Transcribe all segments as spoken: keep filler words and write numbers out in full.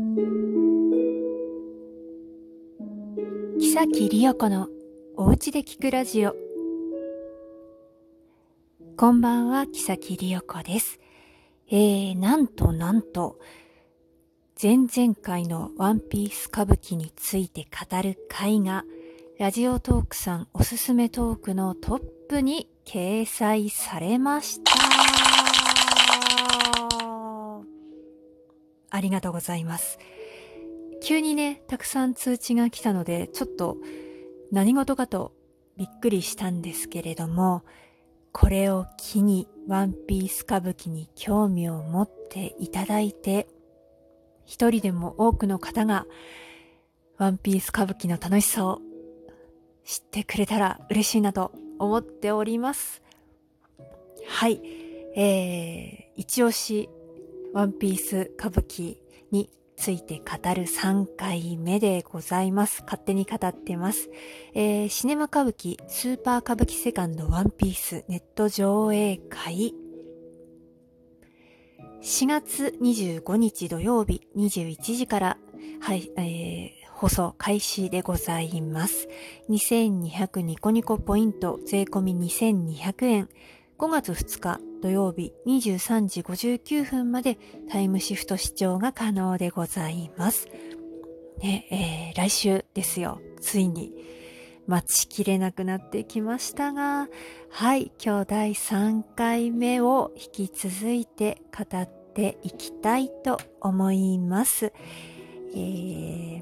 木崎理代子のおうちで聞くラジオ。こんばんは、木崎理代子です。えー、なんとなんと前々回のワンピース歌舞伎について語る回がラジオトークさんおすすめトークのトップに掲載されました。ありがとうございます。急にね、たくさん通知が来たので、ちょっと何事かとびっくりしたんですけれども、これを機にワンピース歌舞伎に興味を持っていただいて、一人でも多くの方がワンピース歌舞伎の楽しさを知ってくれたら嬉しいなと思っております。はい、えー、一押しワンピース歌舞伎について語るさんかいめでございます。勝手に語ってます。えー、シネマ歌舞伎スーパー歌舞伎セカンドワンピースネット上映会しがつにじゅうごにち土曜日にじゅういちじから、はい、えー、放送開始でございます。にせんにひゃくニコニコポイント税込みにせんにひゃくえん。ごがつふつか土曜日にじゅうさんじごじゅうきゅうふんまでタイムシフト視聴が可能でございます。ね、えー、来週ですよ。ついに待ちきれなくなってきましたが、はい、今日だいさんかいめを引き続いて語っていきたいと思います。えー、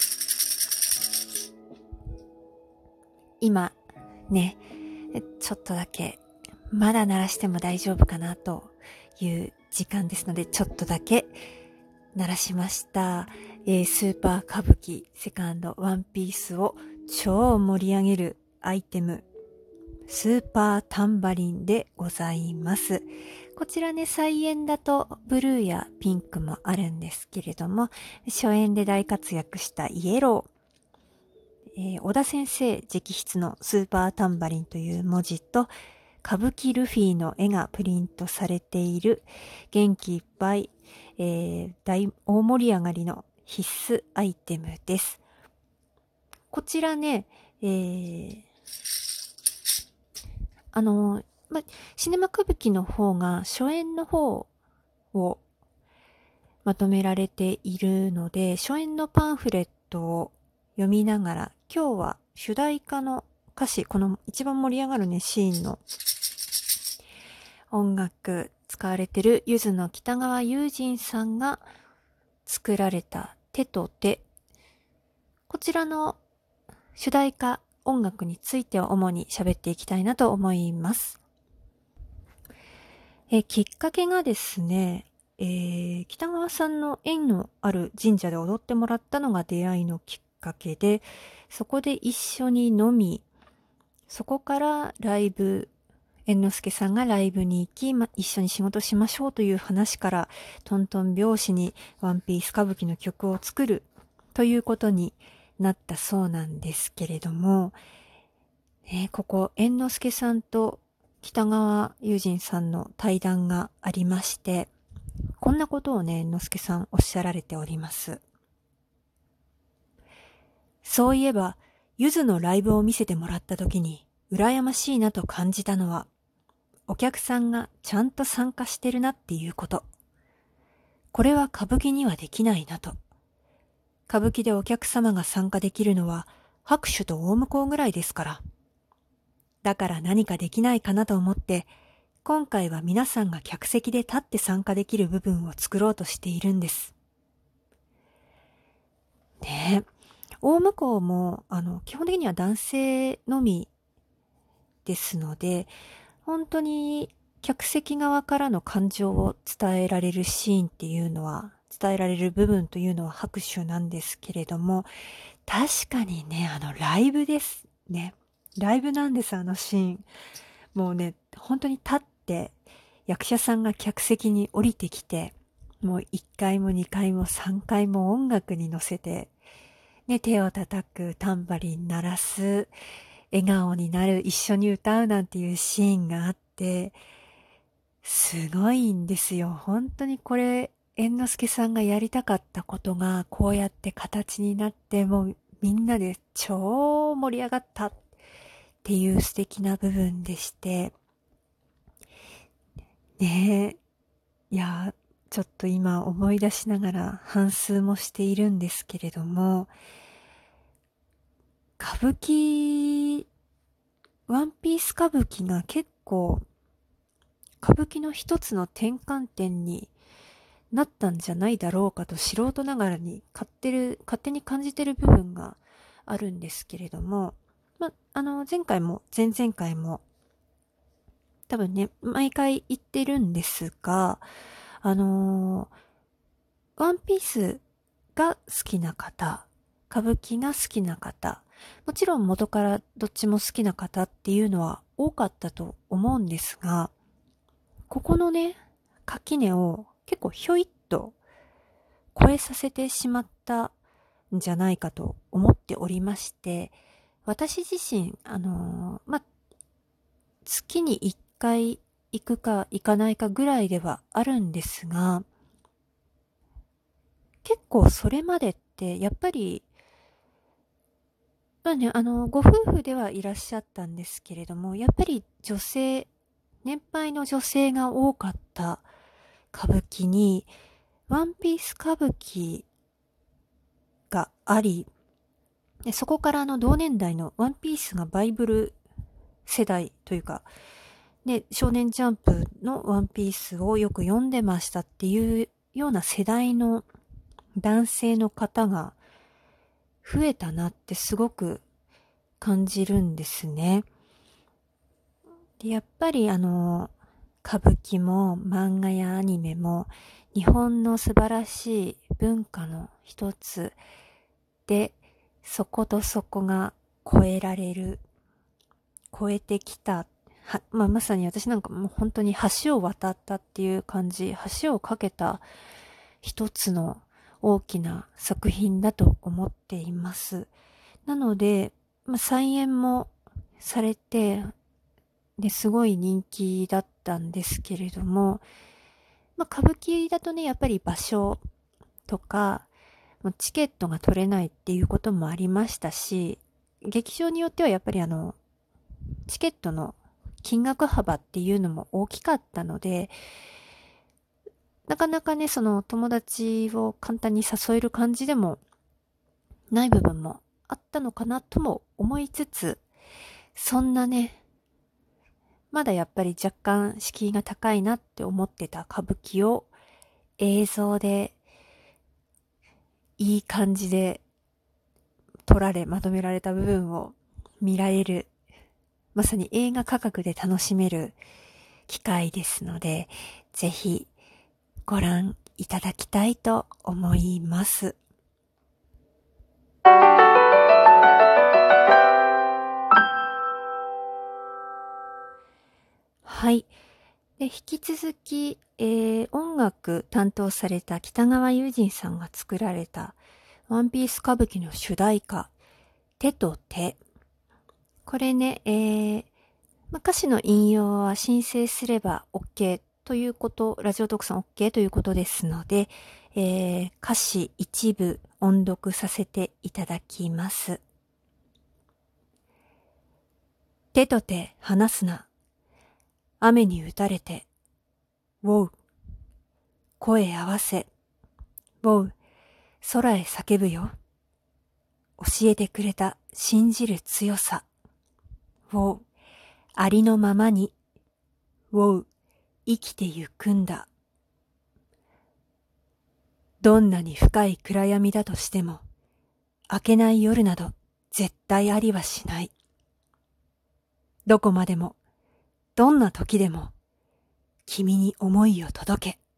今ね、ちょっとだけまだ鳴らしても大丈夫かなという時間ですので、ちょっとだけ鳴らしました。えー、スーパー歌舞伎セカンドワンピースを超盛り上げるアイテム、スーパータンバリンでございます。こちらね、再演だとブルーやピンクもあるんですけれども、初演で大活躍したイエロー、えー、小田先生直筆のスーパータンバリンという文字と、歌舞伎ルフィの絵がプリントされている元気いっぱい、えー、大大盛り上がりの必須アイテムです。こちらね、えー、あの、ま、シネマ歌舞伎の方が初演の方をまとめられているので、初演のパンフレットを読みながら、今日は主題歌の歌詞、この一番盛り上がるね、シーンの音楽使われているゆずの北川悠仁さんが作られた手と手、こちらの主題歌音楽についてを主に喋っていきたいなと思います。えきっかけがですね、えー、北川さんの縁のある神社で踊ってもらったのが出会いのきっかけで、そこで一緒に飲み、そこからライブ、猿之助さんがライブに行き、ま、一緒に仕事しましょうという話から、トントン拍子にワンピース歌舞伎の曲を作るということになったそうなんですけれども、ね、ここ猿之助さんと北川悠仁さんの対談がありまして、こんなことをね、猿之助さんおっしゃられております。そういえば、ゆずのライブを見せてもらった時に、羨ましいなと感じたのは、お客さんがちゃんと参加してるなっていうこと。これは歌舞伎にはできないなと。歌舞伎でお客様が参加できるのは拍手と大向こうぐらいですから。だから何かできないかなと思って、今回は皆さんが客席で立って参加できる部分を作ろうとしているんです。ねえ、大向こうもあの基本的には男性のみですので、本当に客席側からの感情を伝えられるシーンっていうのは、伝えられる部分というのは拍手なんですけれども、確かにね、あのライブですね。ライブなんです、あのシーン。もうね、本当に立って役者さんが客席に降りてきて、もういっかいもにかいもさんかいも音楽に乗せて、ね、手を叩く、タンバリン鳴らす、笑顔になる、一緒に歌うなんていうシーンがあって、すごいんですよ。本当にこれ猿之助さんがやりたかったことがこうやって形になって、もうみんなで超盛り上がったっていう素敵な部分でして、ねえ、いや、ちょっと今思い出しながら反芻もしているんですけれども、歌舞伎、ワンピース歌舞伎が結構歌舞伎の一つの転換点になったんじゃないだろうかと素人ながらに勝手る、勝手に感じてる部分があるんですけれども、ま、あの、前回も前々回も多分ね、毎回言ってるんですが、あのー、ワンピースが好きな方、歌舞伎が好きな方、もちろん元からどっちも好きな方っていうのは多かったと思うんですが、ここのね、垣根を結構ひょいっと超えさせてしまったんじゃないかと思っておりまして、私自身、あのー、ま、月にいっかい行くか行かないかぐらいではあるんですが、結構それまでってやっぱり、まあね、あの、ご夫婦ではいらっしゃったんですけれども、やっぱり女性、年配の女性が多かった歌舞伎に、ワンピース歌舞伎があり、でそこからあの同年代のワンピースがバイブル世代というか、ね、少年ジャンプのワンピースをよく読んでましたっていうような世代の男性の方が増えたなってすごく感じるんですね。で、やっぱりあの、歌舞伎も漫画やアニメも日本の素晴らしい文化の一つで、そことそこが超えられる、超えてきた、はまあ、まさに私なんかもう本当に橋を渡ったっていう感じ、橋を架けた一つの大きな作品だと思っています。なので、まあ、再演もされて、ね、すごい人気だったんですけれども、まあ、歌舞伎だとね、やっぱり場所とか、チケットが取れないっていうこともありましたし、劇場によってはやっぱりあの、チケットの金額幅っていうのも大きかったので、なかなかね、その友達を簡単に誘える感じでもない部分もあったのかなとも思いつつ、そんなね、まだやっぱり若干敷居が高いなって思ってた歌舞伎を映像でいい感じで撮られ、まとめられた部分を見られる、まさに映画価格で楽しめる機会ですので、ぜひご覧いただきたいと思います。はい。で、引き続き、えー、音楽担当された北川悠仁さんが作られたワンピース歌舞伎の主題歌、手と手。これね、えー、まあ、歌詞の引用は申請すれば OK ということ、ラジオ特産 OK ということですので、えー、歌詞一部音読させていただきます。手と手離すな。雨に打たれて。ウォウ。声合わせ。ウォウ。空へ叫ぶよ。教えてくれた信じる強さ。ウォウ。ありのままに。ウォウ。生きてゆくんだ。どんなに深い暗闇だとしても、明けない夜など絶対ありはしない。どこまでも、どんな時でも、君に思いを届け。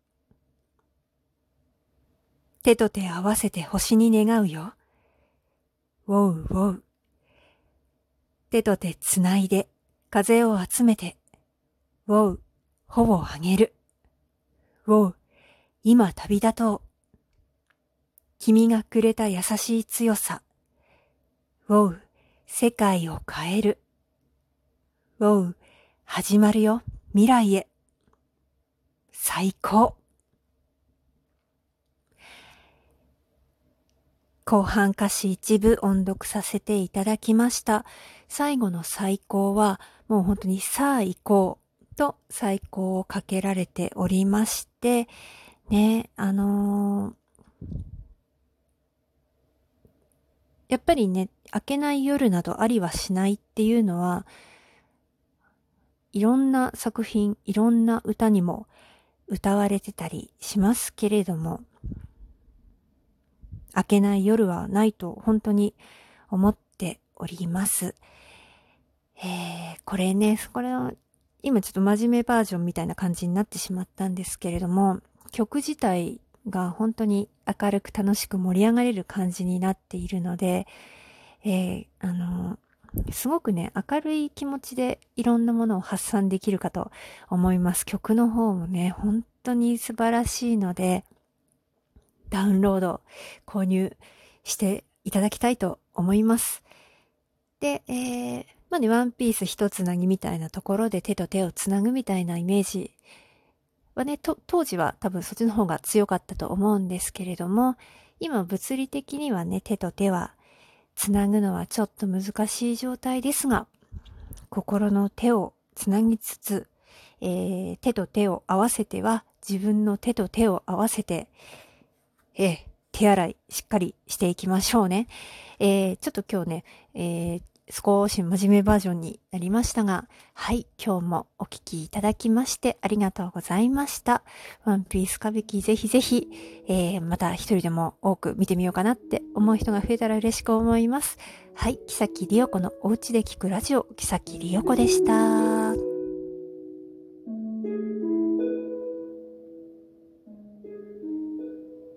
手と手合わせて星に願うよ。ウォウウォウ。手と手つないで風を集めて。ウォウ、帆をあげる。ウォウ、今旅立とう。君がくれた優しい強さ。ウォウ、世界を変える。ウォウ、始まるよ、未来へ。最高。 後半歌詞一部音読させていただきました。最後の最高はもう本当にさあ行こうと最高をかけられておりまして、ね、あのー、やっぱりね、明けない夜などありはしないっていうのは、いろんな作品、いろんな歌にも歌われてたりしますけれども、明けない夜はないと本当に思っております。えー、これね、これは今ちょっと真面目バージョンみたいな感じになってしまったんですけれども、曲自体が本当に明るく楽しく盛り上がれる感じになっているので、えー、あの、すごくね、明るい気持ちでいろんなものを発散できるかと思います。曲の方もね、本当に素晴らしいので、ダウンロード、購入していただきたいと思います。で、えー、まあね、ワンピース一つなぎみたいなところで手と手をつなぐみたいなイメージはね、と当時は多分そっちの方が強かったと思うんですけれども、今物理的にはね、手と手はつなぐのはちょっと難しい状態ですが、心の手をつなぎつつ、えー、手と手を合わせては自分の手と手を合わせて、えー、手洗いしっかりしていきましょうね。えー、ちょっと今日ね、えー、少し真面目バージョンになりましたが、はい、今日もお聞きいただきましてありがとうございました。ワンピース歌舞伎ぜひぜひ、えー、また一人でも多く見てみようかなって思う人が増えたら嬉しく思います。はい、木崎りお子のおうちで聞くラジオ、木崎りお子でした。